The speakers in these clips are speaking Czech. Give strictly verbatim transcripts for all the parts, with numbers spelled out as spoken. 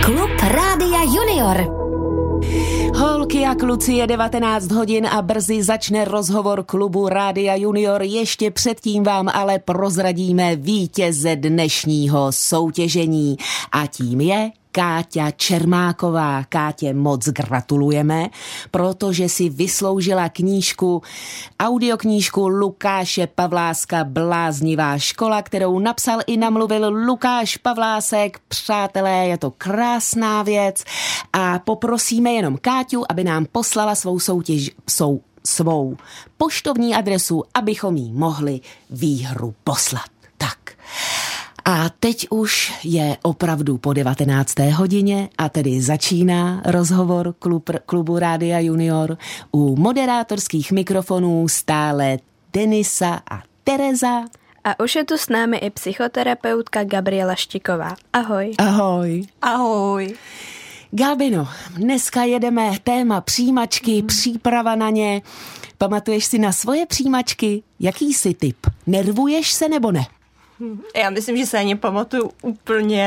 Klub Rádia Junior. Holky a kluci, je devatenáct hodin a brzy začne rozhovor klubu Rádia Junior. Ještě předtím vám ale prozradíme vítěze dnešního soutěžení. A tím je Káťa Čermáková. Kátě moc gratulujeme, protože si vysloužila knížku, audioknížku Lukáše Pavláska Bláznivá škola, kterou napsal i namluvil Lukáš Pavlásek. Přátelé, je to krásná věc a poprosíme jenom Káťu, aby nám poslala svou soutěž, svou, svou poštovní adresu, abychom jí mohli výhru poslat. Tak. A teď už je opravdu po devatenácté hodině a tedy začíná rozhovor klub, klubu Rádia Junior. U moderátorských mikrofonů stále Denisa a Tereza. A už je tu s námi i psychoterapeutka Gabriela Štiková. Ahoj. Ahoj. Ahoj. Gabino, dneska jedeme téma přijímačky, hmm. příprava na ně. Pamatuješ si na svoje přijímačky? Jaký jsi typ? Nervuješ se nebo ne? Já myslím, že se na ně pamatuju úplně,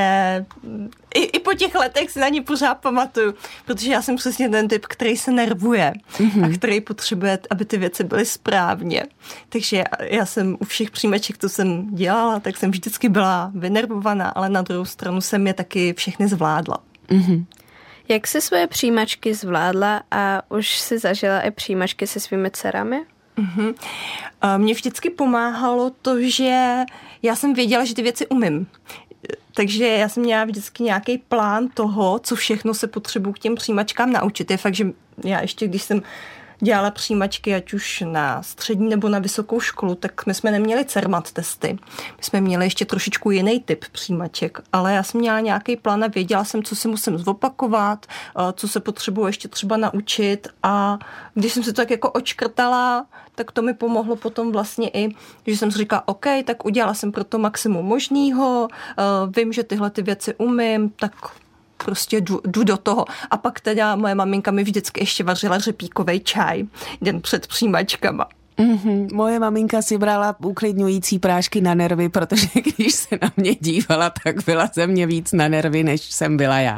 i, i po těch letech si na ně pořád pamatuju, protože já jsem přesně ten typ, který se nervuje mm-hmm. a který potřebuje, aby ty věci byly správně. Takže já jsem u všech přijímaček, co jsem dělala, tak jsem vždycky byla vynervovaná, ale na druhou stranu jsem je taky všechny zvládla. Mm-hmm. Jak jsi svoje přijímačky zvládla a už jsi zažila i přijímačky se svými dcerami? Uhum. Mně vždycky pomáhalo to, že já jsem věděla, že ty věci umím. Takže já jsem měla vždycky nějaký plán toho, co všechno se potřebuji k těm přijímačkám naučit. Je fakt, že já ještě, když jsem dělala přijímačky, ať už na střední nebo na vysokou školu, tak my jsme neměli Cermat testy. My jsme měli ještě trošičku jiný typ přijímaček, ale já jsem měla nějaký plán a věděla jsem, co si musím zopakovat, co se potřebuji ještě třeba naučit a když jsem si to tak jako očkrtala, tak to mi pomohlo potom vlastně i, že jsem si říkala, OK, tak udělala jsem pro to maximum možného, vím, že tyhle ty věci umím, tak prostě jdu, jdu do toho. A pak teda moje maminka mi vždycky ještě vařila řepíkovej čaj den před přijímačkama. Mm-hmm. Moje maminka si brala uklidňující prášky na nervy, protože když se na mě dívala, tak byla ze mě víc na nervy, než jsem byla já.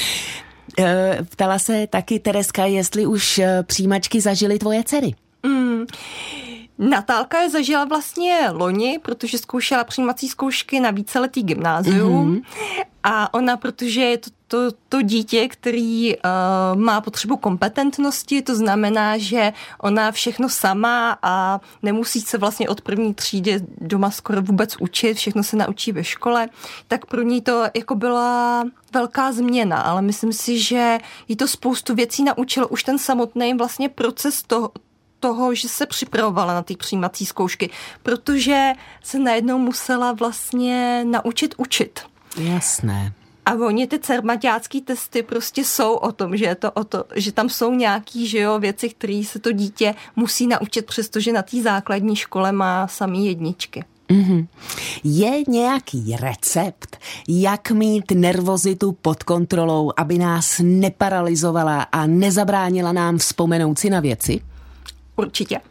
E, ptala se taky Tereska, jestli už přijímačky zažily tvoje dcery. Mm. Natálka je zažila vlastně loni, protože zkoušela přijímací zkoušky na víceletý gymnázium mm-hmm. a ona, protože je to, to, to dítě, který uh, má potřebu kompetentnosti, to znamená, že ona všechno sama a nemusí se vlastně od první třídy doma skoro vůbec učit, všechno se naučí ve škole, tak pro ní to jako byla velká změna, ale myslím si, že jí to spoustu věcí naučilo už ten samotný vlastně proces toho, toho, že se připravovala na ty přijímací zkoušky, protože se najednou musela vlastně naučit učit. Jasné. A oni ty cermatiácký testy prostě jsou o tom, že je to o to, že tam jsou nějaký, že jo, věci, které se to dítě musí naučit, přestože na té základní škole má samý jedničky. Mm-hmm. Je nějaký recept, jak mít nervozitu pod kontrolou, aby nás neparalyzovala a nezabránila nám vzpomenout si na věci? Určitě.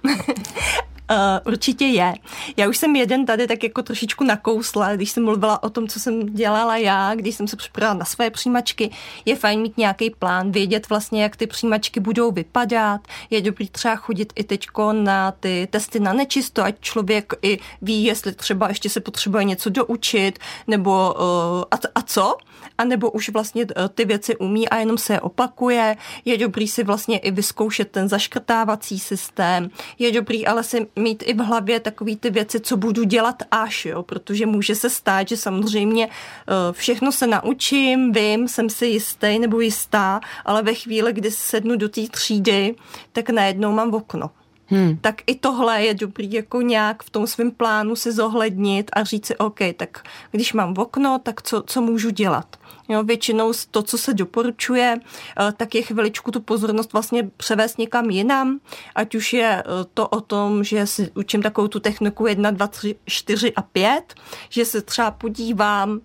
Uh, určitě je. Já už jsem jeden tady tak jako trošičku nakousla, když jsem mluvila o tom, co jsem dělala já, když jsem se připravila na své přijímačky. Je fajn mít nějaký plán, vědět vlastně, jak ty přijímačky budou vypadat. Je dobrý třeba chodit i teďko na ty testy na nečisto, ať člověk i ví, jestli třeba ještě se potřebuje něco doučit, nebo uh, a, a co? A nebo už vlastně ty věci umí a jenom se je opakuje. Je dobrý si vlastně i vyzkoušet ten zaškrtávací systém. Je dobrý ale si mít i v hlavě takový ty věci, co budu dělat až, jo? Protože může se stát, že samozřejmě všechno se naučím, vím, jsem si jistý nebo jistá, ale ve chvíli, kdy sednu do té třídy, tak najednou mám okno. Hmm. Tak i tohle je dobrý jako nějak v tom svém plánu si zohlednit a říct si, OK, tak když mám okno, tak co, co můžu dělat? Jo, většinou to, co se doporučuje, tak je chviličku tu pozornost vlastně převést někam jinam, ať už je to o tom, že si učím takovou tu techniku jedna, dva, tři, čtyři a pět, že se třeba podívám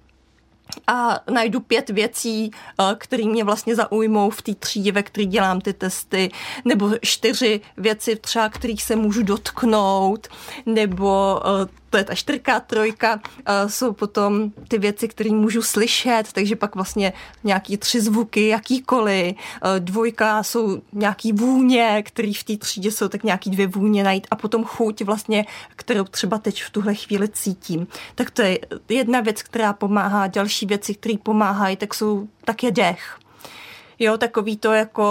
a najdu pět věcí, které mě vlastně zaujmou v té třídě, ve které dělám ty testy, nebo čtyři věci třeba, kterých se můžu dotknout, nebo to je ta čtyřka, trojka, uh, jsou potom ty věci, které můžu slyšet, takže pak vlastně nějaký tři zvuky, jakýkoliv. Uh, dvojka jsou nějaký vůně, které v té třídě jsou, tak nějaký dvě vůně najít a potom chuť vlastně, kterou třeba teď v tuhle chvíli cítím. Tak to je jedna věc, která pomáhá. Další věci, které pomáhají, tak jsou tak je dech. Jo, takový to jako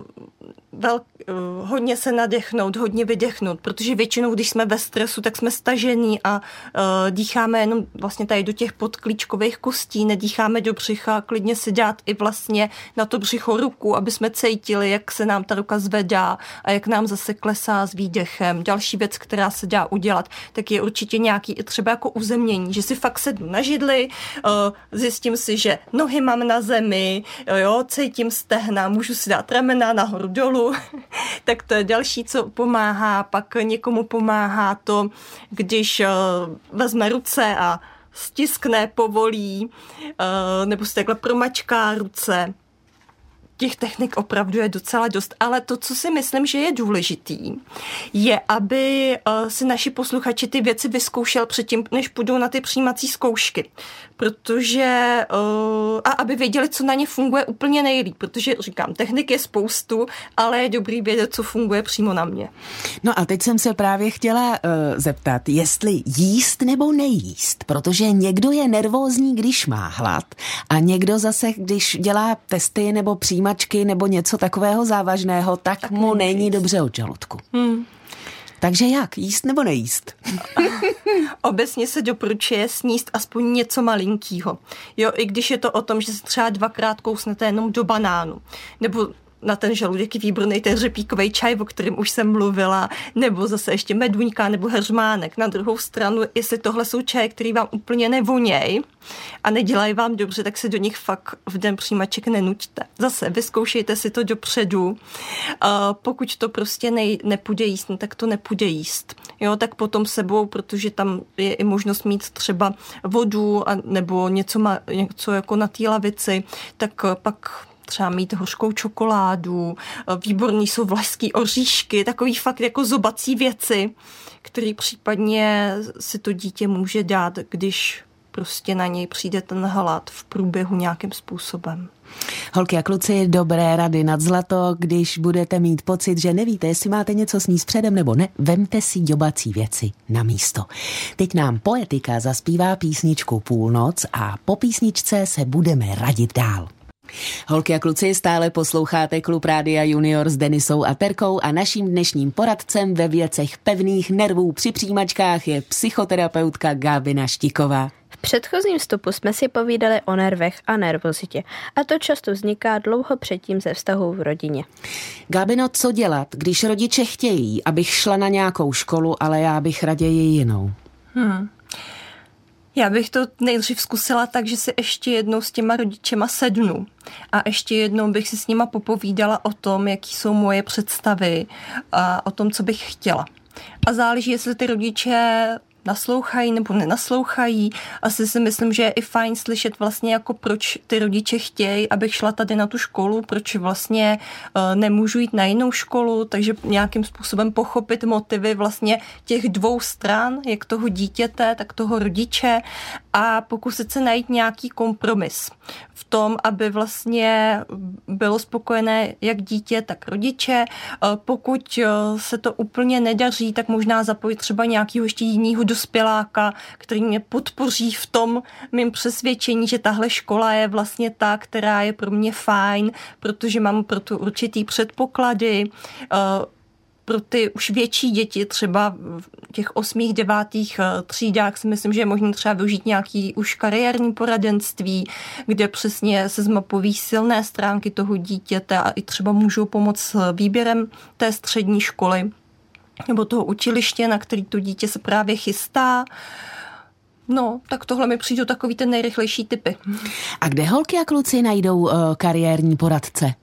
velk, uh, hodně se nadechnout, hodně vydechnout, protože většinou, když jsme ve stresu, tak jsme stažení a uh, dýcháme jenom vlastně tady do těch podklíčkových kostí, nedýcháme do břicha, klidně si dát i vlastně na to břicho ruku, aby jsme cítili, jak se nám ta ruka zvedá a jak nám zase klesá s výdechem. Další věc, která se dá udělat, tak je určitě nějaký třeba jako uzemnění, že si fakt sednu na židli, uh, zjistím si, že nohy mám na zemi, jo, cítím stehna, můžu si dát ramena nahoru dolů, tak to je další, co pomáhá. Pak někomu pomáhá to, když uh, vezme ruce a stiskne, povolí, uh, nebo si takhle promačká ruce. Těch technik opravdu je docela dost, ale to, co si myslím, že je důležitý, je, aby uh, si naši posluchači ty věci vyzkoušel předtím, než půjdou na ty přijímací zkoušky. Protože, uh, a aby věděli, co na ně funguje úplně nejlíp, protože říkám, technik je spoustu, ale je dobrý vědět, co funguje přímo na mě. No a teď jsem se právě chtěla uh, zeptat, jestli jíst nebo nejíst, protože někdo je nervózní, když má hlad a někdo zase, když dělá testy nebo přijímačky nebo něco takového závažného, tak, tak mu není jíst. Dobře od žaludku. Hmm. Takže jak? Jíst nebo nejíst? Obecně se doporučuje sníst aspoň něco malinkýho. Jo, i když je to o tom, že se třeba dvakrát kousnete jenom do banánu. Nebo na ten žaludek je výborný ten řepíkový čaj, o kterém už jsem mluvila, nebo zase ještě meduňka nebo heřmánek. Na druhou stranu, jestli tohle jsou čaje, který vám úplně nevoněj a nedělají vám dobře, tak se do nich fakt v den přijímaček nenuďte. Zase vyzkoušejte si to dopředu. Uh, pokud to prostě nej, nepůjde jíst, no, tak to nepůjde jíst. Jo, tak potom sebou, protože tam je i možnost mít třeba vodu a, nebo něco, ma, něco jako na té lavici, tak uh, pak třeba mít hořkou čokoládu, výborný jsou vlašský oříšky, takový fakt jako zobací věci, které případně si to dítě může dát, když prostě na něj přijde ten hlad v průběhu nějakým způsobem. Holky a kluci, dobré rady nad zlato, když budete mít pocit, že nevíte, jestli máte něco sníst předem nebo ne, vemte si ďobací věci na místo. Teď nám poetika zaspívá písničku Půlnoc a po písničce se budeme radit dál. Holky a kluci, stále posloucháte Klub Rádia Junior s Denisou a Terkou a naším dnešním poradcem ve věcech pevných nervů při přijímačkách je psychoterapeutka Gábina Štíková. V předchozím vstupu jsme si povídali o nervech a nervozitě a to často vzniká dlouho předtím ze vztahů v rodině. Gábino, co dělat, když rodiče chtějí, abych šla na nějakou školu, ale já bych raději jinou? Hmm. Já bych to nejdřív zkusila tak, že si ještě jednou s těma rodičema sednu a ještě jednou bych si s nima popovídala o tom, jaký jsou moje představy a o tom, co bych chtěla. A záleží, jestli ty rodiče naslouchají nebo nenaslouchají. Asi si myslím, že je i fajn slyšet vlastně jako proč ty rodiče chtějí, abych šla tady na tu školu, proč vlastně uh, nemůžu jít na jinou školu, takže nějakým způsobem pochopit motivy vlastně těch dvou stran, jak toho dítěte, tak toho rodiče a pokusit se najít nějaký kompromis v tom, aby vlastně bylo spokojené jak dítě, tak rodiče. Uh, pokud uh, se to úplně nedaří, tak možná zapojit třeba nějakého ještě jiného dospěláka, který mě podpoří v tom mým přesvědčení, že tahle škola je vlastně ta, která je pro mě fajn, protože mám pro to určitý předpoklady. Pro ty už větší děti, třeba v těch osmých, devátých třídách si myslím, že je možné třeba využít nějaký už kariérní poradenství, kde přesně se zmapují silné stránky toho dítěte a i třeba můžou pomoct s výběrem té střední školy nebo toho učiliště, na který to dítě se právě chystá. No, tak tohle mi přijdou takový ten nejrychlejší typy. A kde holky a kluci najdou uh, kariérní poradce?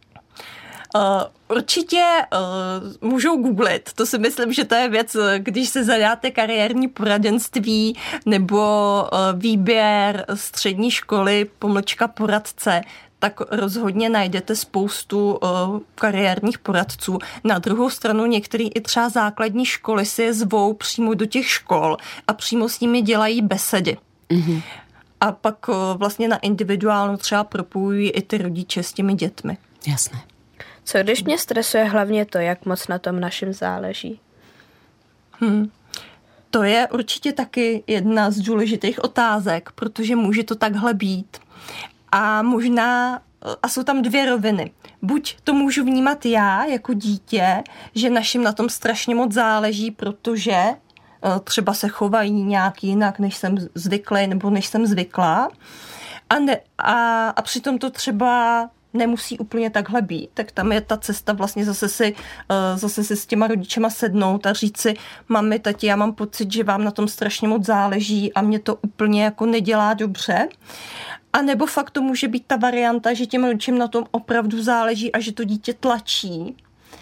Uh, určitě uh, můžou googlit. To si myslím, že to je věc, když se zadáte kariérní poradenství nebo uh, výběr střední školy, pomlčka poradce, tak rozhodně najdete spoustu uh, kariérních poradců. Na druhou stranu některé i třeba základní školy si je zvou přímo do těch škol a přímo s nimi dělají besedy. Mm-hmm. A pak uh, vlastně na individuálnu třeba propojují i ty rodiče s těmi dětmi. Jasné. Co když mě stresuje hlavně to, jak moc na tom našim záleží? Hmm. To je určitě taky jedna z důležitých otázek, protože může to takhle být. A možná, a jsou tam dvě roviny. Buď to můžu vnímat já jako dítě, že našim na tom strašně moc záleží, protože třeba se chovají nějak jinak, než jsem zvyklý nebo než jsem zvyklá. A, ne, a, a přitom to třeba nemusí úplně takhle být, tak tam je ta cesta vlastně zase si, zase si s těma rodičema sednout a říct si, mami, tati, já mám pocit, že vám na tom strašně moc záleží a mě to úplně jako nedělá dobře. A nebo fakt to může být ta varianta, že těm rodičům na tom opravdu záleží a že to dítě tlačí.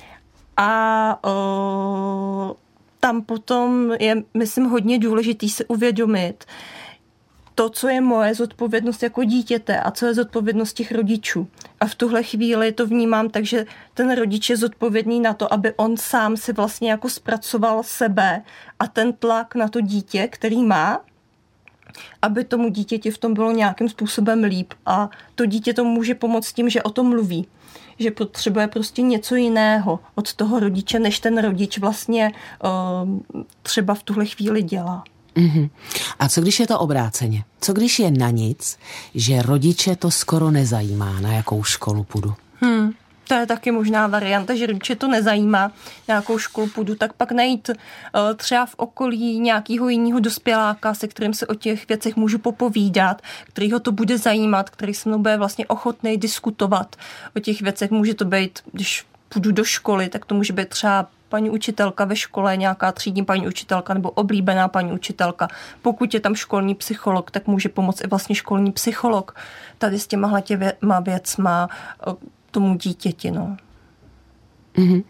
A o, tam potom je, myslím, hodně důležitý si uvědomit to, co je moje zodpovědnost jako dítěte a co je zodpovědnost těch rodičů. A v tuhle chvíli to vnímám tak, že ten rodič je zodpovědný na to, aby on sám si vlastně jako zpracoval sebe a ten tlak na to dítě, který má, aby tomu dítěti v tom bylo nějakým způsobem líp. A to dítě tomu může pomoct tím, že o tom mluví. Že potřebuje prostě něco jiného od toho rodiče, než ten rodič vlastně uh, třeba v tuhle chvíli dělá. Mm-hmm. A co když je to obráceně? Co když je na nic, že rodiče to skoro nezajímá, na jakou školu půjdu? Hmm. To je taky možná varianta, že rodiče to nezajímá, na jakou školu půjdu, tak pak najít uh, třeba v okolí nějakého jiného dospěláka, se kterým se o těch věcech můžu popovídat, který ho to bude zajímat, který se mnou bude vlastně ochotný diskutovat o těch věcech. Může to být, když půjdu do školy, tak to může být třeba paní učitelka ve škole, nějaká třídní paní učitelka nebo oblíbená paní učitelka. Pokud je tam školní psycholog, tak může pomoct i vlastně školní psycholog. Tady s těma těma věcma tomu dítěti. No. Mm-hmm.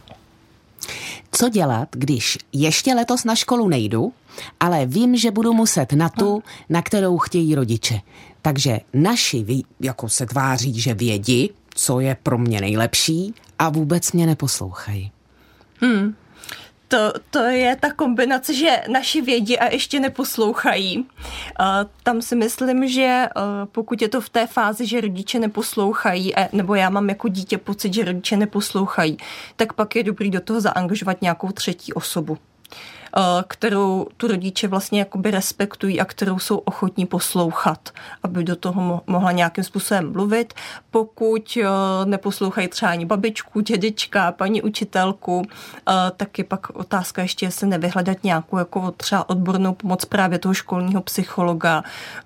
Co dělat, když ještě letos na školu nejdu, ale vím, že budu muset na tu, na kterou chtějí rodiče. Takže naši jako se tváří, že vědí, co je pro mě nejlepší a vůbec mě neposlouchají. Hmm. To, to je ta kombinace, že naši vědí a ještě neposlouchají. Uh, tam si myslím, že uh, pokud je to v té fázi, že rodiče neposlouchají, a, nebo já mám jako dítě pocit, že rodiče neposlouchají, tak pak je dobrý do toho zaangažovat nějakou třetí osobu, kterou tu rodiče vlastně jakoby respektují a kterou jsou ochotní poslouchat, aby do toho mohla nějakým způsobem mluvit. Pokud neposlouchají třeba ani babičku, dědečka, paní učitelku, tak je pak otázka ještě, jestli nevyhledat nějakou jako třeba odbornou pomoc právě toho školního psychologa,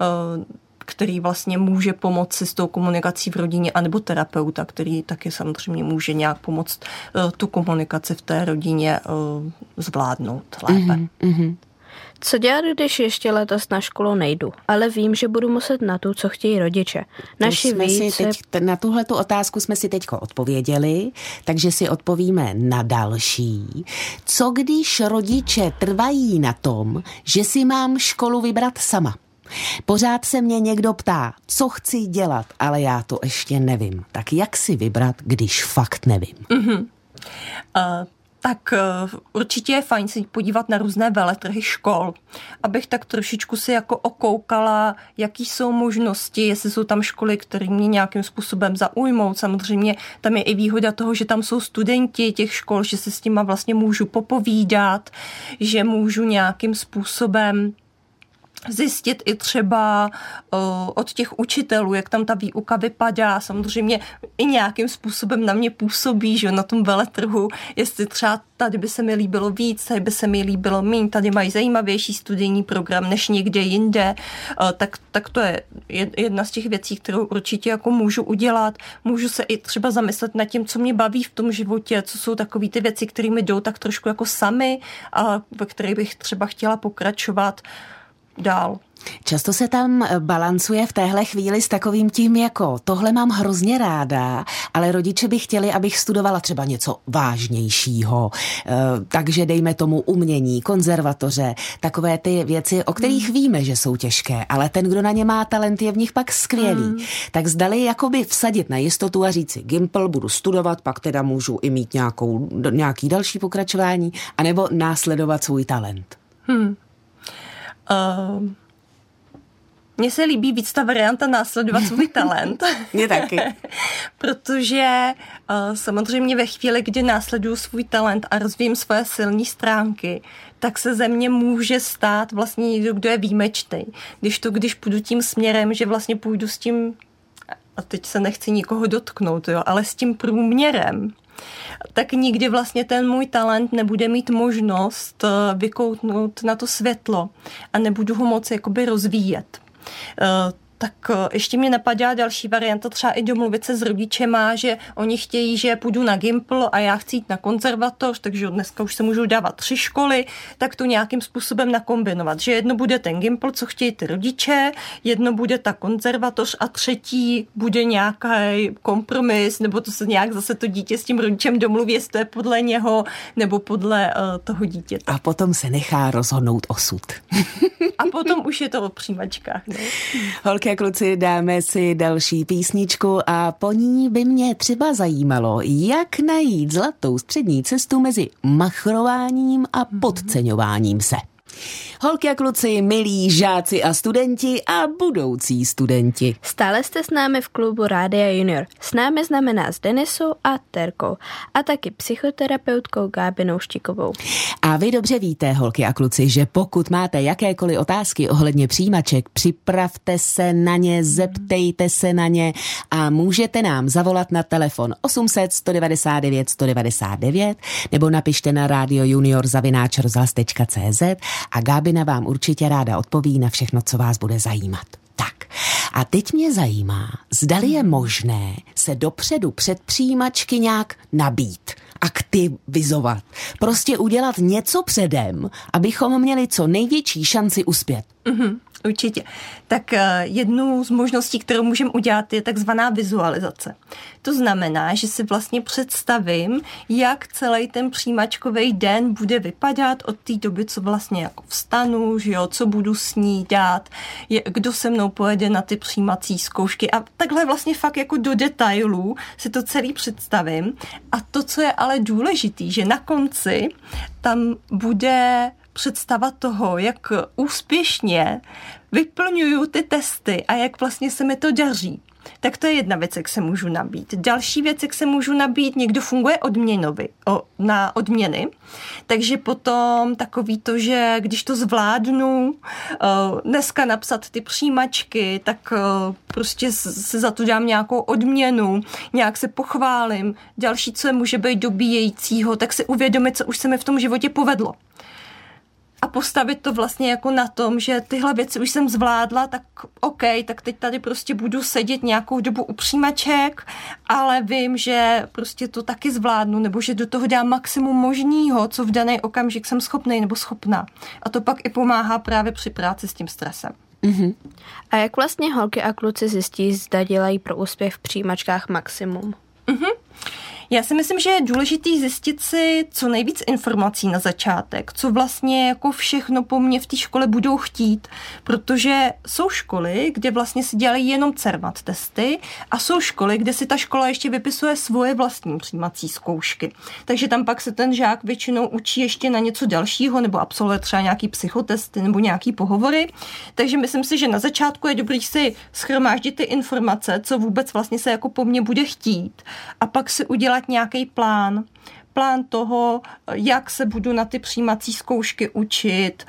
který vlastně může pomoci s tou komunikací v rodině, anebo terapeuta, který taky samozřejmě může nějak pomoct uh, tu komunikaci v té rodině uh, zvládnout lépe. Mm-hmm, mm-hmm. Co dělat, když ještě letos na školu nejdu, ale vím, že budu muset na tu, co chtějí rodiče? Naši více... teď, na tuhletu otázku jsme si teďko odpověděli, takže si odpovíme na další. Co když rodiče trvají na tom, že si mám školu vybrat sama? Pořád se mě někdo ptá, co chci dělat, ale já to ještě nevím. Tak jak si vybrat, když fakt nevím? Mm-hmm. Uh, tak uh, určitě je fajn se podívat na různé veletrhy škol, abych tak trošičku si jako okoukala, jaký jsou možnosti, jestli jsou tam školy, které mě nějakým způsobem zaujmou. Samozřejmě tam je i výhoda toho, že tam jsou studenti těch škol, že se s nima vlastně můžu popovídat, že můžu nějakým způsobem zjistit i třeba uh, od těch učitelů, jak tam ta výuka vypadá, samozřejmě i nějakým způsobem na mě působí, že na tom veletrhu, jestli třeba tady by se mi líbilo víc, tady by se mi líbilo míň, tady mají zajímavější studijní program než někde jinde, uh, tak, tak to je jedna z těch věcí, kterou určitě jako můžu udělat. Můžu se i třeba zamyslet nad tím, co mě baví v tom životě, co jsou takové ty věci, které mi jdou tak trošku jako sami a ve kterých bych třeba chtěla pokračovat. dál. Často se tam balancuje v téhle chvíli s takovým tím jako tohle mám hrozně ráda, ale rodiče by chtěli, abych studovala třeba něco vážnějšího, takže dejme tomu umění, konzervatoře, takové ty věci, o kterých hmm. víme, že jsou těžké, ale ten, kdo na ně má talent, je v nich pak skvělý. Hmm. Tak zdali jakoby vsadit na jistotu a říct si Gimpl, budu studovat, pak teda můžu i mít nějakou, nějaký další pokračování, anebo následovat svůj talent. Hmm. Uh... Mně se líbí víc ta varianta následovat svůj talent. Mně taky. Protože uh, samozřejmě ve chvíli, kdy následuju svůj talent a rozvíjím svoje silné stránky, tak se ze mě může stát vlastně někdo, kdo je výjimečný. Když to, když půjdu tím směrem, že vlastně půjdu s tím, a teď se nechci nikoho dotknout, jo, ale s tím průměrem, tak nikdy vlastně ten můj talent nebude mít možnost vykoutnout na to světlo a nebudu ho moc jakoby rozvíjet. Uh, tak ještě mě napadá další varianta, třeba i domluvit se s rodičema, že oni chtějí, že půjdu na Gimpl a já chci jít na konzervatoř, takže dneska už se můžou dávat tři školy, tak to nějakým způsobem nakombinovat, že jedno bude ten Gimpl, co chtějí ty rodiče, jedno bude ta konzervatoř a třetí bude nějaký kompromis, nebo to se nějak zase to dítě s tím rodičem domluví, jestli to je podle něho, nebo podle uh, toho dítěte. A potom se nechá rozhodnout osud. A potom už je to o přijímačkách. Ne? Holky a kluci, dáme si další písničku a po ní by mě třeba zajímalo, jak najít zlatou střední cestu mezi machrováním a podceňováním se. Holky a kluci, milí žáci a studenti a budoucí studenti. Stále jste s námi v klubu Rádia Junior. S námi znamená s Denisou a Terkou a taky psychoterapeutkou Gábinou Štikovou. A vy dobře víte, holky a kluci, že pokud máte jakékoliv otázky ohledně přijímaček, připravte se na ně, zeptejte se na ně a můžete nám zavolat na telefon osm set, sto devadesát devět, sto devadesát devět nebo napište na radiojunior zavináč rozhlas tečka cé zet a Gábina vám určitě ráda odpoví na všechno, co vás bude zajímat. Tak, a teď mě zajímá, zdali je možné se dopředu před přijímačky nějak nabít, aktivizovat, prostě udělat něco předem, abychom měli co největší šanci uspět. Mhm. Určitě. Tak jednu z možností, kterou můžeme udělat, je takzvaná vizualizace. To znamená, že si vlastně představím, jak celý ten přijímačkový den bude vypadat od té doby, co vlastně jako vstanu, že jo, co budu snídat, je, kdo se mnou pojede na ty přijímací zkoušky a takhle vlastně fakt jako do detailů si to celý představím. A to, co je ale důležitý, že na konci tam bude představa toho, jak úspěšně vyplňuju ty testy a jak vlastně se mi to daří. Tak to je jedna věc, jak se můžu nabít. Další věc, jak se můžu nabít, někdo funguje odměnový, o, na odměny, takže potom takový to, že když to zvládnu uh, dneska napsat ty přijímačky, tak uh, prostě se za to dám nějakou odměnu, nějak se pochválím. Další, co je může být dobíjejícího, tak si uvědomit, co už se mi v tom životě povedlo. A postavit to vlastně jako na tom, že tyhle věci už jsem zvládla, tak OK, tak teď tady prostě budu sedět nějakou dobu u přijímaček, ale vím, že prostě to taky zvládnu, nebo že do toho dám maximum možného, co v daný okamžik jsem schopnej nebo schopná. A to pak i pomáhá právě při práci s tím stresem. Mm-hmm. A jak vlastně holky a kluci zjistí, zda dělají pro úspěch v přijímačkách maximum? Mhm. Já si myslím, že je důležitý zjistit si co nejvíc informací na začátek, co vlastně jako všechno po mně v té škole budou chtít, protože jsou školy, kde vlastně si dělají jenom Cermat testy a jsou školy, kde si ta škola ještě vypisuje svoje vlastní přijímací zkoušky. Takže tam pak se ten žák většinou učí ještě na něco dalšího nebo absolvuje třeba nějaký psychotesty nebo nějaký pohovory. Takže myslím si, že na začátku je dobrý si shromáždit ty informace, co vůbec vlastně se jako po mně bude chtít a pak si udělat nějaký plán, plán toho, jak se budu na ty přijímací zkoušky učit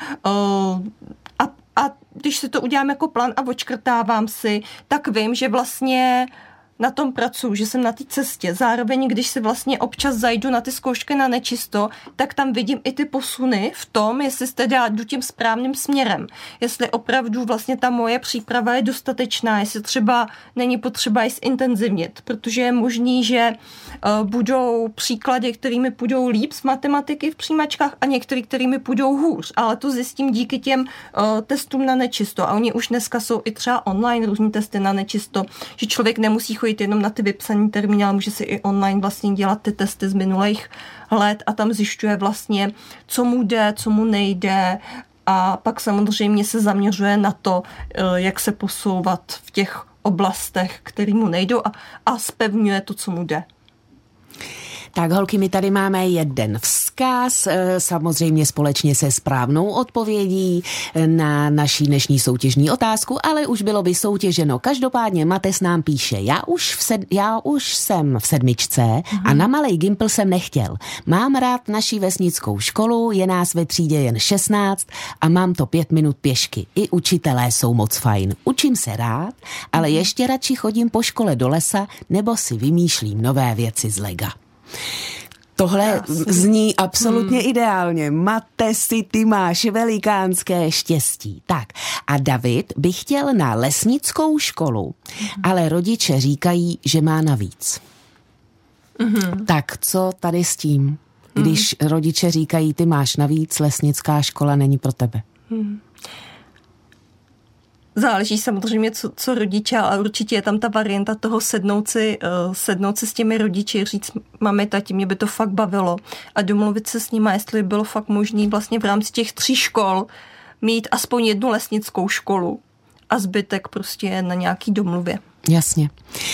a, a když si to udělám jako plán a odškrtávám si, tak vím, že vlastně na tom pracuji, že jsem na té cestě. Zároveň, když si vlastně občas zajdu na ty zkoušky na nečisto, tak tam vidím i ty posuny v tom, jestli teda jdu tím správným směrem. Jestli opravdu vlastně ta moje příprava je dostatečná, jestli třeba není potřeba ji zintenzivnit, protože je možný, že uh, budou příklady, kterými půjdou líp z matematiky v přijímačkách a některý, kterými půjdou hůř. Ale to zjistím díky těm uh, testům na nečisto. A oni už dneska jsou i třeba online různý testy na nečisto, že člověk nemusí chodit jenom na ty vypsaný termíny, ale může si i online vlastně dělat ty testy z minulých let a tam zjišťuje vlastně, co mu jde, co mu nejde a pak samozřejmě se zaměřuje na to, jak se posouvat v těch oblastech, které mu nejdou a, a zpevňuje to, co mu jde. Tak holky, my tady máme jeden vzkaz, samozřejmě společně se správnou odpovědí na naší dnešní soutěžní otázku, ale už bylo vysoutěženo. Každopádně Mates nám píše, já už, v sed, já už jsem v sedmičce mhm. a na malej Gimpl jsem nechtěl. Mám rád naši vesnickou školu, je nás ve třídě jen šestnáct a mám to pět minut pěšky. I učitelé jsou moc fajn. Učím se rád, ale mhm. ještě radši chodím po škole do lesa nebo si vymýšlím nové věci z lega. Tohle Jasný. zní absolutně hmm. ideálně. Matesi, ty máš velikánské štěstí. Tak a David by chtěl na lesnickou školu, hmm. ale rodiče říkají, že má navíc. Hmm. Tak co tady s tím, když hmm. rodiče říkají, ty máš navíc, lesnická škola není pro tebe? Hmm. Záleží samozřejmě, co, co rodiče, ale určitě je tam ta varianta toho sednout si, uh, sednout si s těmi rodiči, říct mami, tati, mě by to fakt bavilo a domluvit se s nima, jestli by bylo fakt možný vlastně v rámci těch tří škol mít aspoň jednu lesnickou školu a zbytek prostě na nějaký domluvě. Jasně.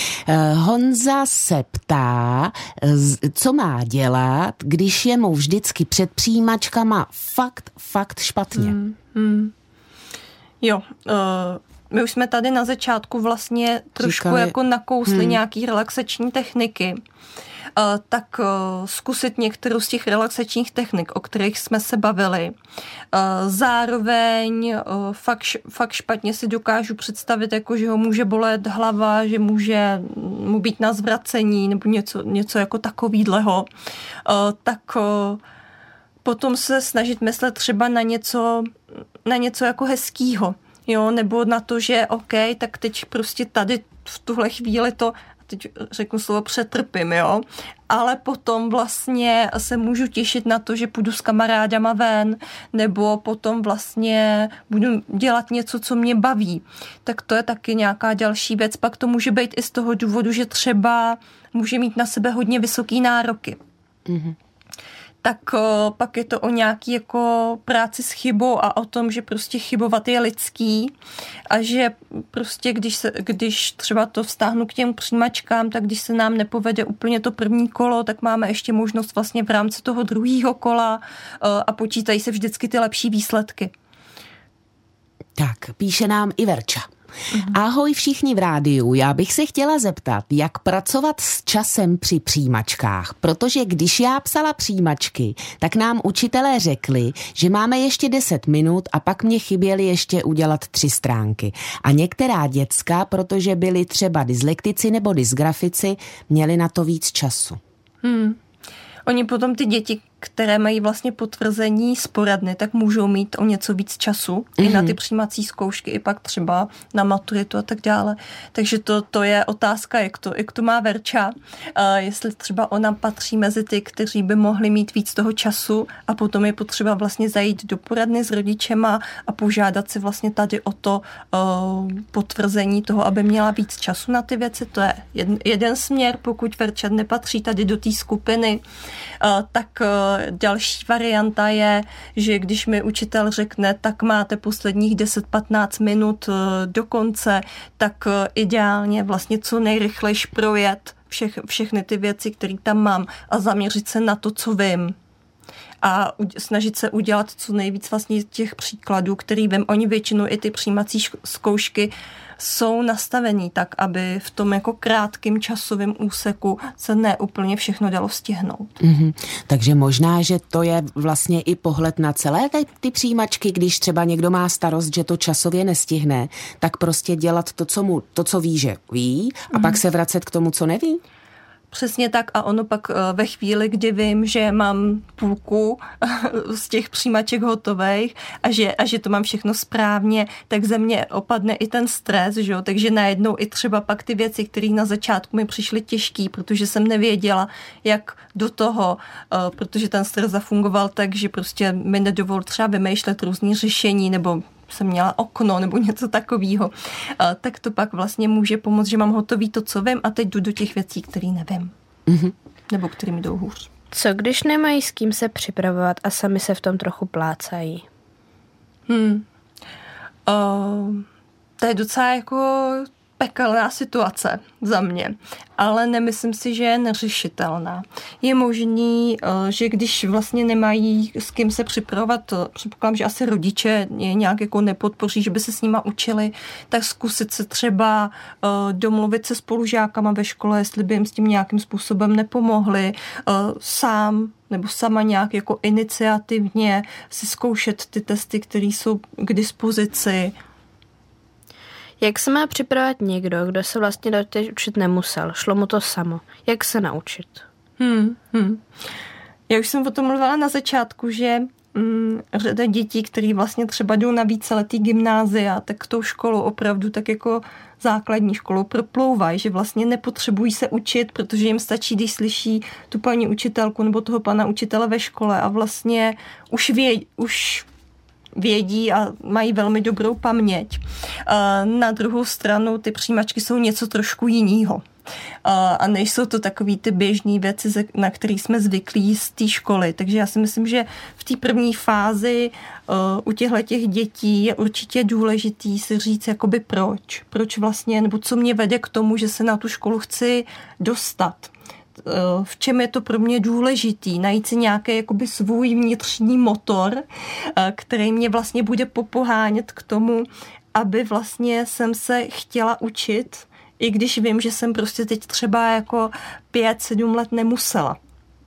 Honza se ptá, co má dělat, když je mu vždycky před přijímačkama fakt, fakt špatně. Hmm, hmm. Jo, uh, my už jsme tady na začátku vlastně trošku Říkali. jako nakousli hmm. nějaký relaxační techniky. Uh, tak uh, zkusit některou z těch relaxačních technik, o kterých jsme se bavili. Uh, zároveň uh, fakt, fakt špatně si dokážu představit, jako, že ho může bolet hlava, že může mu být na zvracení nebo něco, něco jako takovýhleho. Uh, tak uh, potom se snažit myslet třeba na něco, na něco jako hezkýho, jo, nebo na to, že OK, tak teď prostě tady v tuhle chvíli to, teď řeknu slovo přetrpím, jo, ale potom vlastně se můžu těšit na to, že půjdu s kamarádama ven, nebo potom vlastně budu dělat něco, co mě baví. Tak to je taky nějaká další věc. Pak to může být i z toho důvodu, že třeba může mít na sebe hodně vysoký nároky. Mm-hmm. Tak pak je to o nějaký jako práci s chybou a o tom, že prostě chybovat je lidský a že prostě když, se, když třeba to vztáhnu k těm přijímačkám, tak když se nám nepovede úplně to první kolo, tak máme ještě možnost vlastně v rámci toho druhého kola a počítají se vždycky ty lepší výsledky. Tak, píše nám i Verča. Ahoj všichni v rádiu, já bych se chtěla zeptat, jak pracovat s časem při přijímačkách, protože když já psala přijímačky, tak nám učitelé řekli, že máme ještě deset minut a pak mě chyběly ještě udělat tři stránky. A některá děcka, protože byli třeba dyslektici nebo dysgrafici, měli na to víc času. Hmm. Oni potom ty děti, které mají vlastně potvrzení z poradny, tak můžou mít o něco víc času mm-hmm. i na ty přijímací zkoušky, i pak třeba na maturitu a tak dále. Takže to, to je otázka, jak to, jak to má Verča. Uh, jestli třeba ona patří mezi ty, kteří by mohli mít víc toho času a potom je potřeba vlastně zajít do poradny s rodičema a požádat si vlastně tady o to uh, potvrzení toho, aby měla víc času na ty věci. To je jeden, jeden směr, pokud Verča nepatří tady do té skupiny, uh, tak uh, další varianta je, že když mi učitel řekne, tak máte posledních deset patnáct minut do konce, tak ideálně vlastně co nejrychlejš projet všech, všechny ty věci, které tam mám a zaměřit se na to, co vím. a snažit se udělat co nejvíc vlastně těch příkladů, který vem, oni většinou i ty přijímací zkoušky jsou nastavený tak, aby v tom jako krátkém časovém úseku se neúplně všechno dalo stihnout. Mm-hmm. Takže možná, že to je vlastně i pohled na celé ty, ty přijímačky, když třeba někdo má starost, že to časově nestihne, tak prostě dělat to, co mu, to, co ví, že ví, a mm-hmm. pak se vracet k tomu, co neví? Přesně tak a ono pak ve chvíli, kdy vím, že mám půlku z těch přijímaček hotových a že, a že to mám všechno správně, tak ze mě opadne i ten stres, že jo? Takže najednou i třeba pak ty věci, které na začátku mi přišly těžký, protože jsem nevěděla, jak do toho, protože ten stres zafungoval tak, že prostě mi nedovol třeba vymýšlet různý řešení nebo jsem měla okno nebo něco takového, tak to pak vlastně může pomoct, že mám hotový to, co vím a teď jdu do těch věcí, které nevím. Mm-hmm. Nebo které mi jdou hůř. Co když nemají s kým se připravovat a sami se v tom trochu plácají? Hmm. Uh, to je docela jako pekelná situace za mě, ale nemyslím si, že je neřešitelná. Je možný, že když vlastně nemají s kým se připravovat, předpokládám, že asi rodiče je nějak jako nepodpoří, že by se s nima učili, tak zkusit se třeba domluvit se spolužákama ve škole, jestli by jim s tím nějakým způsobem nepomohli, sám nebo sama nějak jako iniciativně si zkoušet ty testy, které jsou k dispozici. Jak se má připravovat někdo, kdo se vlastně doteď učit nemusel? Šlo mu to samo. Jak se naučit? Hmm, hmm. Já už jsem o tom mluvila na začátku, že mm, řada dětí, který vlastně třeba jdou na víceletý gymnázia, tak tou školou opravdu tak jako základní školou proplouvají, že vlastně nepotřebují se učit, protože jim stačí, když slyší tu paní učitelku nebo toho pana učitele ve škole a vlastně už vědí, už vědí a mají velmi dobrou paměť. Na druhou stranu ty přijímačky jsou něco trošku jiného. A nejsou to takový ty běžné věci, na které jsme zvyklí z té školy. Takže já si myslím, že v té první fázi u těchto těch dětí je určitě důležitý si říct, jakoby proč. Proč vlastně, nebo co mě vede k tomu, že se na tu školu chci dostat. V čem je to pro mě důležitý, najít si nějaký jakoby svůj vnitřní motor, který mě vlastně bude popohánět k tomu, aby vlastně jsem se chtěla učit, i když vím, že jsem prostě teď třeba jako pět, sedm let nemusela.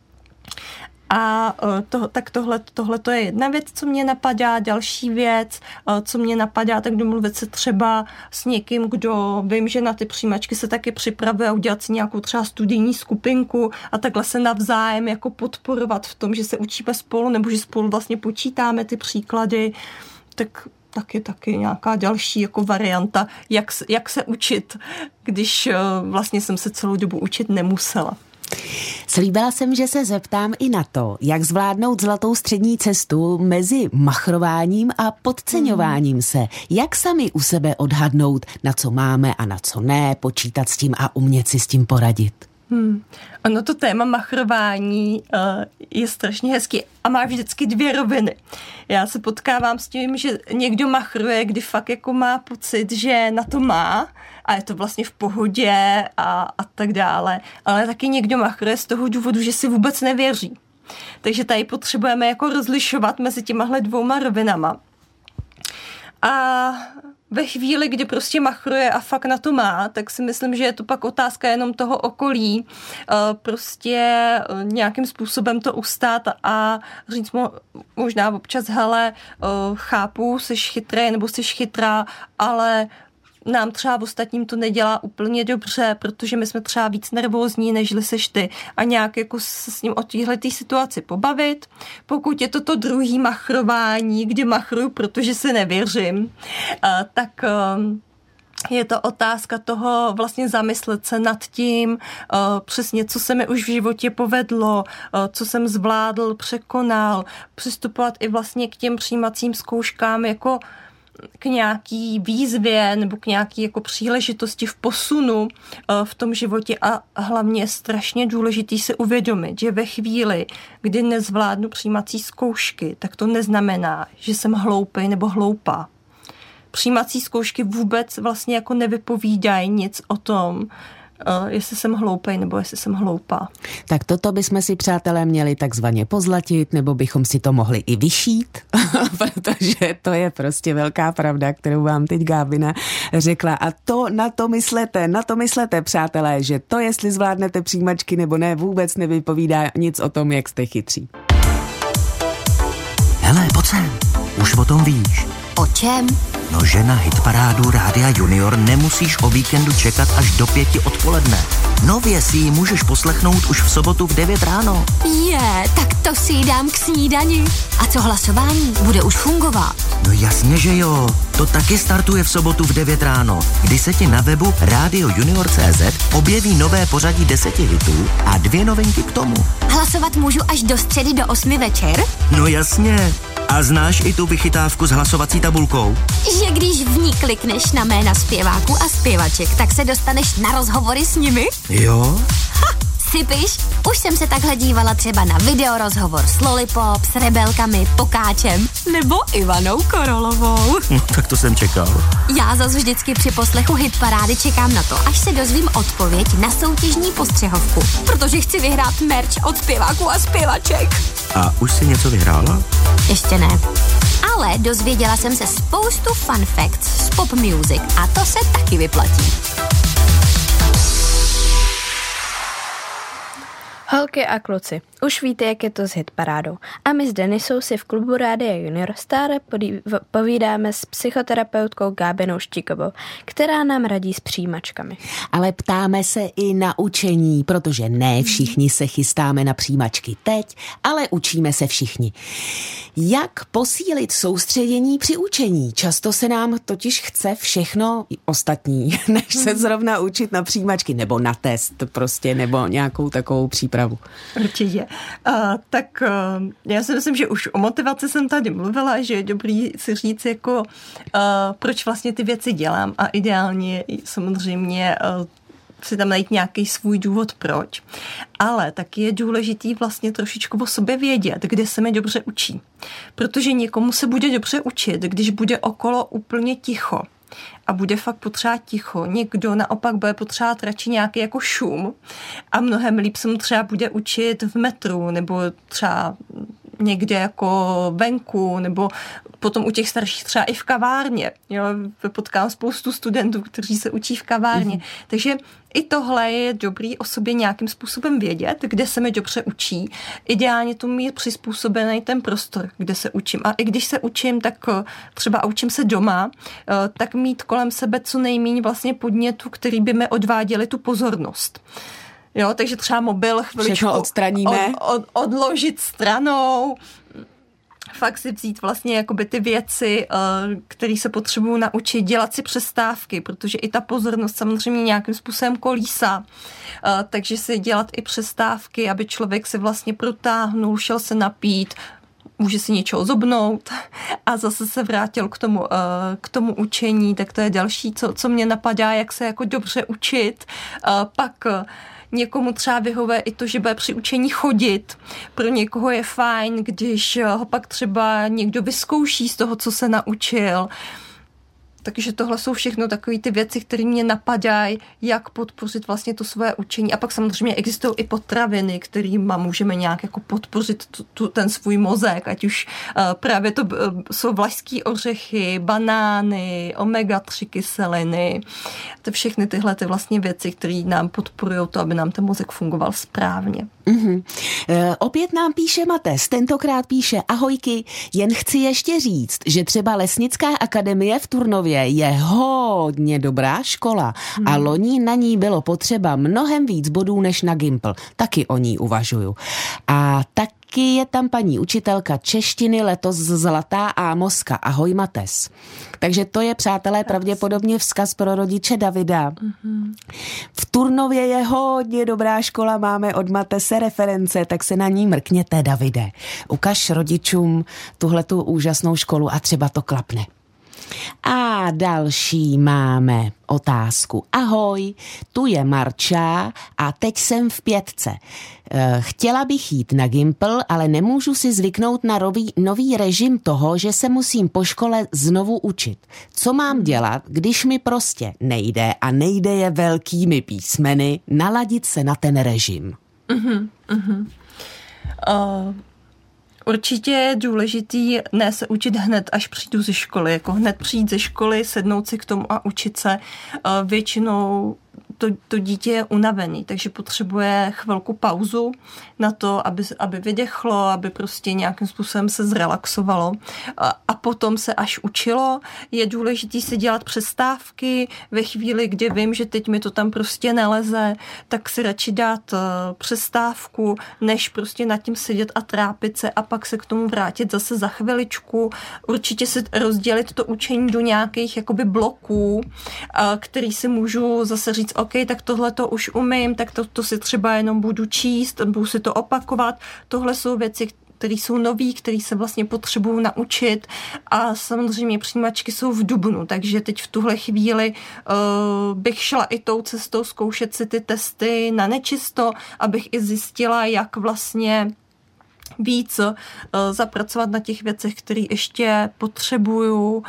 A to, tak tohle, tohle to je jedna věc, co mě napadá. Další věc, co mě napadá, tak domluvit se třeba s někým, kdo vím, že na ty přijímačky se taky připravuje a udělat si nějakou třeba studijní skupinku a takhle se navzájem jako podporovat v tom, že se učíme spolu nebo že spolu vlastně počítáme ty příklady, tak taky taky nějaká další jako varianta, jak, jak se učit, když vlastně jsem se celou dobu učit nemusela. Slíbila jsem, že se zeptám i na to, jak zvládnout zlatou střední cestu mezi machrováním a podceňováním se. Jak sami u sebe odhadnout, na co máme a na co ne, počítat s tím a umět si s tím poradit. Hmm. Ono to téma machrování uh, je strašně hezký a má vždycky dvě roviny. Já se potkávám s tím, že někdo machruje, kdy fakt jako má pocit, že na to má a je to vlastně v pohodě a, a tak dále. Ale taky někdo machruje z toho důvodu, že si vůbec nevěří. Takže tady potřebujeme jako rozlišovat mezi těmahle dvouma rovinama. A ve chvíli, kdy prostě machruje a fakt na to má, tak si myslím, že je to pak otázka jenom toho okolí, prostě nějakým způsobem to ustát a říct mu možná občas, hele, chápu, jsi chytrý nebo jsi chytrá, ale nám třeba v ostatním to nedělá úplně dobře, protože my jsme třeba víc nervózní, nežli seš ty a nějak jako se s ním o téhletý situaci pobavit. Pokud je to to druhý machrování, kdy machruju, protože si nevěřím, tak je to otázka toho vlastně zamyslet se nad tím, přesně co se mi už v životě povedlo, co jsem zvládl, překonal, přistupovat i vlastně k těm přijímacím zkouškám jako k nějaký výzvě nebo k nějaký jako příležitosti v posunu v tom životě a hlavně je strašně důležitý si uvědomit, že ve chvíli, kdy nezvládnu přijímací zkoušky, tak to neznamená, že jsem hloupý nebo hloupá. Přijímací zkoušky vůbec vlastně jako nevypovídají nic o tom, jestli jsem hloupej nebo jestli jsem hloupá. Tak toto bychom si, přátelé, měli takzvaně pozlatit, nebo bychom si to mohli i vyšít, protože to je prostě velká pravda, kterou vám teď Gábina řekla. A to na to myslete, na to myslete, přátelé, že to, jestli zvládnete přijímačky nebo ne, vůbec nevypovídá nic o tom, jak jste chytří. Hele, pojď sem, už o tom víš. O čem? No, že na hitparádu Rádia Junior nemusíš o víkendu čekat až do pěti odpoledne. Nově si ji můžeš poslechnout už v sobotu v devět ráno. Je, tak to si ji dám k snídani. A co hlasování? Bude už fungovat? No jasně, že jo. To taky startuje v sobotu v devět ráno, kdy se ti na webu radio junior tečka cé zet objeví nové pořadí deseti hitů a dvě novinky k tomu. Hlasovat můžu až do středy do osmi večer? No jasně. A znáš i tu vychytávku s hlasovací tabulkou? Že když v ní klikneš na jména zpěváků a zpěvaček, tak se dostaneš na rozhovory s nimi? Jo? Ha! Sypiš? Už jsem se takhle dívala třeba na videorozhovor s Lollipop, s Rebelkami, Pokáčem nebo Ivanou Korolovou. No, tak to jsem čekal. Já zase vždycky při poslechu hitparády čekám na to, až se dozvím odpověď na soutěžní postřehovku, protože chci vyhrát merch od zpěváků a zpěvaček. A už jsi něco vyhrála? Ještě ne. Ale dozvěděla jsem se spoustu fun facts z pop music a to se taky vyplatí. Holky a kluci, už víte, jak je to s hitparádou. A my s Denisou si v klubu Rádia Junior stále povídáme s psychoterapeutkou Gábinou Štíkovou, která nám radí s přijímačkami. Ale ptáme se i na učení, protože ne všichni se chystáme na přijímačky teď, ale učíme se všichni. Jak posílit soustředění při učení? Často se nám totiž chce všechno ostatní, než se zrovna učit na přijímačky, nebo na test prostě, nebo nějakou takovou přípravu. Určitě. Uh, tak uh, já si myslím, že už o motivaci jsem tady mluvila, že je dobrý si říct, jako, uh, proč vlastně ty věci dělám a ideálně samozřejmě uh, si tam najít nějaký svůj důvod, proč. Ale taky je důležitý vlastně trošičku o sobě vědět, kde se mi dobře učí. Protože někomu se bude dobře učit, když bude okolo úplně ticho. A bude fakt potřebovat ticho. Někdo naopak bude potřebovat radši nějaký jako šum a mnohem líp se mu třeba bude učit v metru nebo třeba někde jako venku nebo potom u těch starších třeba i v kavárně. Jo, potkám spoustu studentů, kteří se učí v kavárně. Mm. Takže i tohle je dobrý o sobě nějakým způsobem vědět, kde se mi dobře učí. Ideálně to mít přizpůsobený ten prostor, kde se učím. A i když se učím, tak třeba učím se doma, tak mít kolem sebe co nejméně vlastně podnětu, který by mi odváděli tu pozornost. Jo, takže třeba mobil chviličku odstraníme. Od, od, odložit stranou, fakt si vzít vlastně jakoby ty věci, které se potřebují naučit, dělat si přestávky, protože i ta pozornost samozřejmě nějakým způsobem kolísá. Takže si dělat i přestávky, aby člověk se vlastně protáhnul, šel se napít, může si něčeho zobnout a zase se vrátil k tomu, k tomu učení, tak to je další, co, co mě napadá, jak se jako dobře učit. Pak někomu třeba vyhovuje i to, že bude při učení chodit. Pro někoho je fajn, když ho pak třeba někdo vyzkouší z toho, co se naučil. Takže tohle jsou všechno takové ty věci, které mě napadají, jak podpořit vlastně to svoje učení. A pak samozřejmě existují i potraviny, kterými můžeme nějak jako podpořit tu, tu, ten svůj mozek, ať už uh, právě to uh, jsou vlašský ořechy, banány, omega tři kyseliny. To všechny tyhle ty vlastně věci, které nám podporují to, aby nám ten mozek fungoval správně. Mm-hmm. E, opět nám píše Mates, tentokrát píše: ahojky, jen chci ještě říct, že třeba Lesnická akademie v Turnově je hodně dobrá škola hmm. a loni na ní bylo potřeba mnohem víc bodů než na Gimpl. Taky o ní uvažuju. A tak Taky je tam paní učitelka češtiny letos Zlatá Ámoska. Ahoj Mates. Takže to je, přátelé, pravděpodobně vzkaz pro rodiče Davida. Mm-hmm. V Turnově je hodně dobrá škola, máme od Matese reference, tak se na ní mrkněte, Davide. Ukaž rodičům tuhletu úžasnou školu a třeba to klapne. A další máme otázku. Ahoj, tu je Marča a teď jsem v pětce. Chtěla bych jít na Gimpl, ale nemůžu si zvyknout na nový, nový režim toho, že se musím po škole znovu učit. Co mám dělat, když mi prostě nejde a nejde je velkými písmeny naladit se na ten režim? Uh-huh, uh-huh. Uh... Určitě je důležitý ne se učit hned, až přijdu ze školy. Jako hned přijít ze školy, sednout si k tomu a učit se. Většinou to, to dítě je unavený, takže potřebuje chvilku pauzu na to, aby, aby vydechlo, aby prostě nějakým způsobem se zrelaxovalo. A, a potom se až učilo. Je důležité si dělat přestávky ve chvíli, kdy vím, že teď mi to tam prostě neleze, tak si radši dát uh, přestávku, než prostě nad tím sedět a trápit se a pak se k tomu vrátit zase za chviličku. Určitě si rozdělit to učení do nějakých jakoby bloků, uh, který si můžu zase říct, OK, tak tohle to už umím, tak to, to si třeba jenom budu číst, budu si to opakovat. Tohle jsou věci, které jsou nový, které se vlastně potřebují naučit a samozřejmě přijímačky jsou v dubnu, takže teď v tuhle chvíli uh, bych šla i tou cestou zkoušet si ty testy na nečisto, abych i zjistila, jak vlastně víc uh, zapracovat na těch věcech, které ještě potřebuju.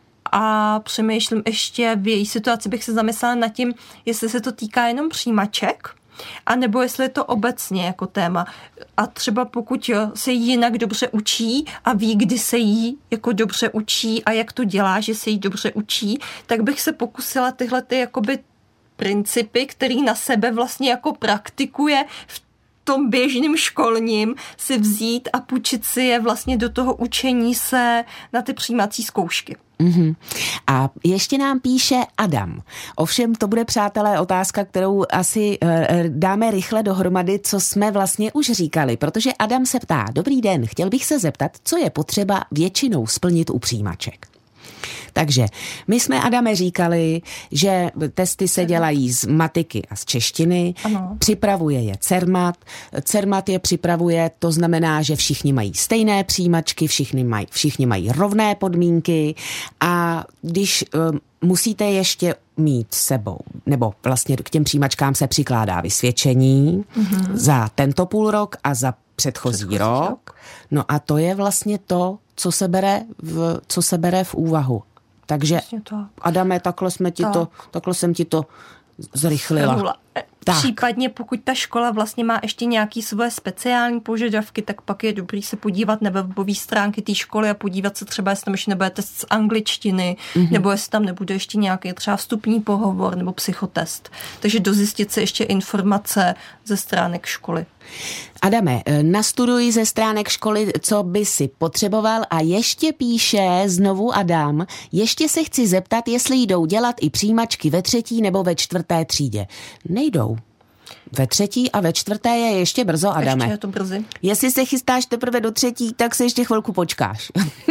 A přemýšlím ještě v její situaci, bych se zamyslela nad tím, jestli se to týká jenom přijímaček, a nebo jestli je to obecně jako téma. A třeba pokud se jí jinak dobře učí a ví, kdy se jí jako dobře učí a jak to dělá, že se jí dobře učí, tak bych se pokusila tyhle ty jakoby principy, který na sebe vlastně jako praktikuje v tom běžným školním, si vzít a půjčit si je vlastně do toho učení se na ty přijímací zkoušky. Mm-hmm. A ještě nám píše Adam. Ovšem to bude, přátelé, otázka, kterou asi e, dáme rychle dohromady, co jsme vlastně už říkali, protože Adam se ptá, dobrý den, chtěl bych se zeptat, co je potřeba většinou splnit u přijímaček. Takže my jsme, Adame, říkali, že testy se dělají z matiky a z češtiny, ano. Připravuje je Cermat, Cermat je připravuje, to znamená, že všichni mají stejné přijímačky, všichni mají, všichni mají rovné podmínky a když um, musíte ještě mít sebou, nebo vlastně k těm přijímačkám se přikládá vysvědčení mm-hmm. za tento půl rok a za předchozí, předchozí rok. rok. No a to je vlastně to, co se bere v, co se bere v úvahu. Takže, Adame, takhle, jsme ti tak. to, takhle jsem ti to zrychlila. Tak. Případně pokud ta škola vlastně má ještě nějaké svoje speciální požadavky, tak pak je dobrý se podívat na webové stránky té školy a podívat se třeba, jestli tam ještě nebude test z angličtiny, mm-hmm. nebo jestli tam nebude ještě nějaký třeba vstupní pohovor nebo psychotest. Takže dozjistit se ještě informace ze stránek školy. Adame, nastuduj ze stránek školy, co by si potřeboval a ještě píše znovu Adam, ještě se chci zeptat, jestli jdou dělat i přijímačky ve třetí nebo ve čtvrté třídě. Nejdou. Ve třetí a ve čtvrté je ještě brzo, Adame. Ještě je to brzy. Jestli se chystáš teprve do třetí, tak se ještě chvilku počkáš.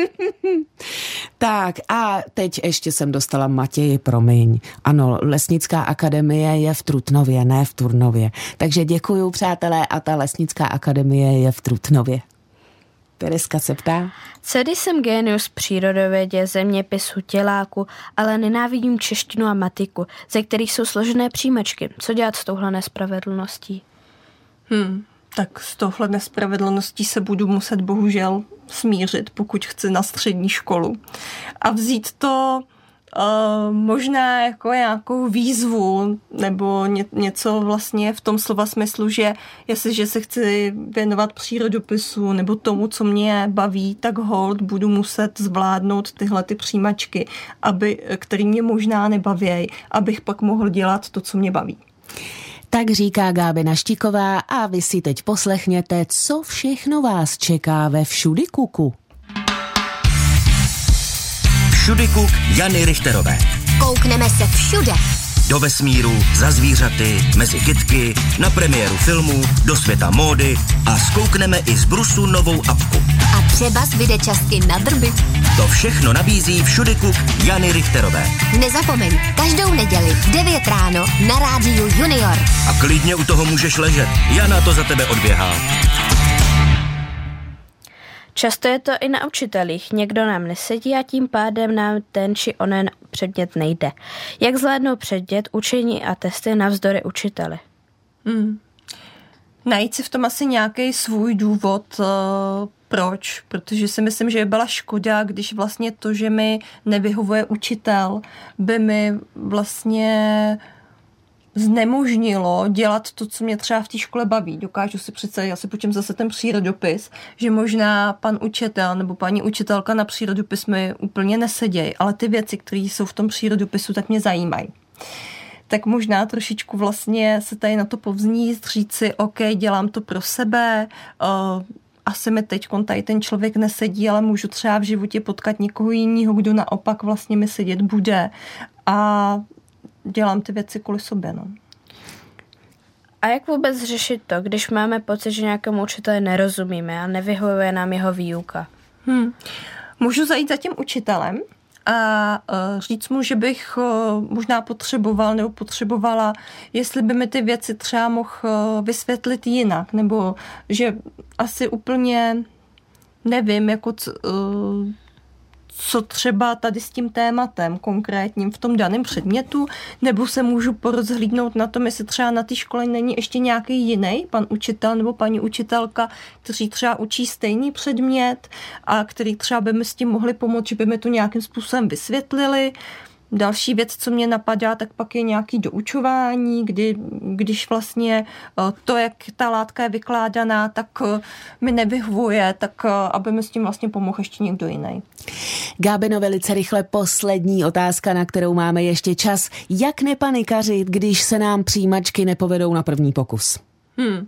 Tak a teď ještě jsem dostala Matěji, promiň. Ano, Lesnická akademie je v Trutnově, ne v Turnově. Takže děkuju, přátelé, a ta Lesnická akademie je v Trutnově. Tereska se ptá. Celý jsem génius přírodovědě, zeměpisu, těláku, ale nenávidím češtinu a matiku, ze kterých jsou složené přijímačky. Co dělat s touhle nespravedlností? Hmm, tak s touhle nespravedlností se budu muset bohužel smířit, pokud chci na střední školu. A vzít to Uh, možná jako nějakou výzvu nebo ně, něco vlastně v tom slova smyslu, že jestliže se chci věnovat přírodopisu nebo tomu, co mě baví, tak hold budu muset zvládnout tyhle ty přijímačky, aby, který mě možná nebaví, abych pak mohl dělat to, co mě baví. Tak říká Gábina Štíková a vy si teď poslechněte, co všechno vás čeká ve Všudykuku. Všudykuk Jany Richterové. Koukneme se všude. Do vesmíru, za zvířaty, mezi kytky, na premiéru filmů, do světa módy a zkoukneme i z brusu novou apku. A třeba zbyde časky na drby. To všechno nabízí Všudykuk Jany Richterové. Nezapomeň, každou neděli v devět ráno na rádiu Junior. A klidně u toho můžeš ležet. Jana to za tebe odběhá. Často je to i na učitelích. Někdo nám nesedí a tím pádem nám ten či onen předmět nejde. Jak zvládnout předmět, učení a testy navzdory učiteli? Hmm. Najít si v tom asi nějaký svůj důvod, uh, proč, protože si myslím, že byla škoda, když vlastně to, že mi nevyhovuje učitel, by mi vlastně znemožnilo dělat to, co mě třeba v té škole baví. Dokážu si přece, já si počím zase ten přírodopis, že možná pan učitel nebo paní učitelka na přírodopis mi úplně nesedějí, ale ty věci, které jsou v tom přírodopisu, tak mě zajímají. Tak možná trošičku vlastně se tady na to povzníst, říct si, OK, dělám to pro sebe, uh, asi mi teď tady ten člověk nesedí, ale můžu třeba v životě potkat někoho jiného, kdo naopak vlastně mi sedět bude a dělám ty věci kvůli sobě. No. A jak vůbec řešit to, když máme pocit, že nějakému učiteli nerozumíme a nevyhovuje nám jeho výuka? Hmm. Můžu zajít za tím učitelem a uh, říct mu, že bych uh, možná potřeboval nebo potřebovala, jestli by mi ty věci třeba mohl uh, vysvětlit jinak, nebo že asi úplně nevím, jako c, uh, co třeba tady s tím tématem konkrétním v tom daném předmětu, nebo se můžu porozhlídnout na tom, jestli třeba na té škole není ještě nějaký jiný pan učitel nebo paní učitelka, kteří třeba učí stejný předmět a který třeba by mi s tím mohli pomoct, že by mi to nějakým způsobem vysvětlili. Další věc, co mě napadá, tak pak je nějaký doučování, kdy, když vlastně to, jak ta látka je vykládaná, tak mi nevyhovuje, tak aby mi s tím vlastně pomohl ještě někdo jiný. Gábeno, velice rychle poslední otázka, na kterou máme ještě čas. Jak nepanikařit, když se nám přijímačky nepovedou na první pokus? Hmm.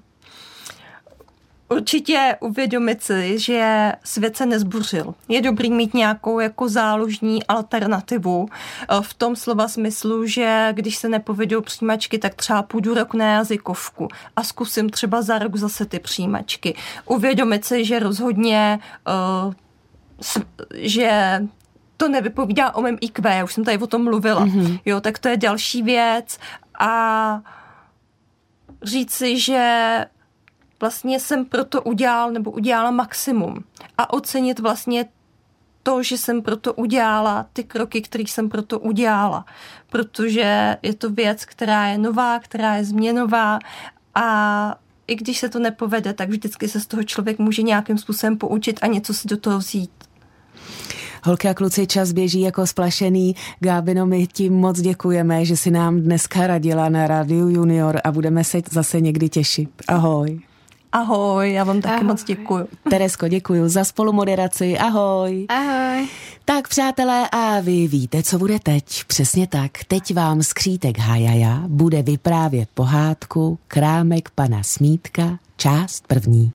Určitě uvědomit si, že svět se nezbuřil. Je dobrý mít nějakou jako záložní alternativu v tom slova smyslu, že když se nepovedou přijímačky, tak třeba půjdu rok na jazykovku a zkusím třeba za rok zase ty přijímačky. Uvědomit si, že rozhodně, že to nevypovídá o mém í kvé, já už jsem tady o tom mluvila. Mm-hmm. Jo, tak to je další věc a říct si, že vlastně jsem proto udělal nebo udělala maximum a ocenit vlastně to, že jsem proto udělala ty kroky, které jsem proto udělala, protože je to věc, která je nová, která je změnová a i když se to nepovede, tak vždycky se z toho člověk může nějakým způsobem poučit a něco si do toho vzít. Holky a kluci, čas běží jako splašený. Gábino, my ti moc děkujeme, že si nám dneska radila na Rádiu Junior a budeme se zase někdy těšit. Ahoj. Ahoj, já vám taky Ahoj. moc děkuju. Teresko, děkuju za spolumoderaci. Ahoj. Ahoj. Tak, přátelé, a vy víte, co bude teď. Přesně tak. Teď vám skřítek Hajaja bude vyprávět pohádku Krámek pana Smítka, část první.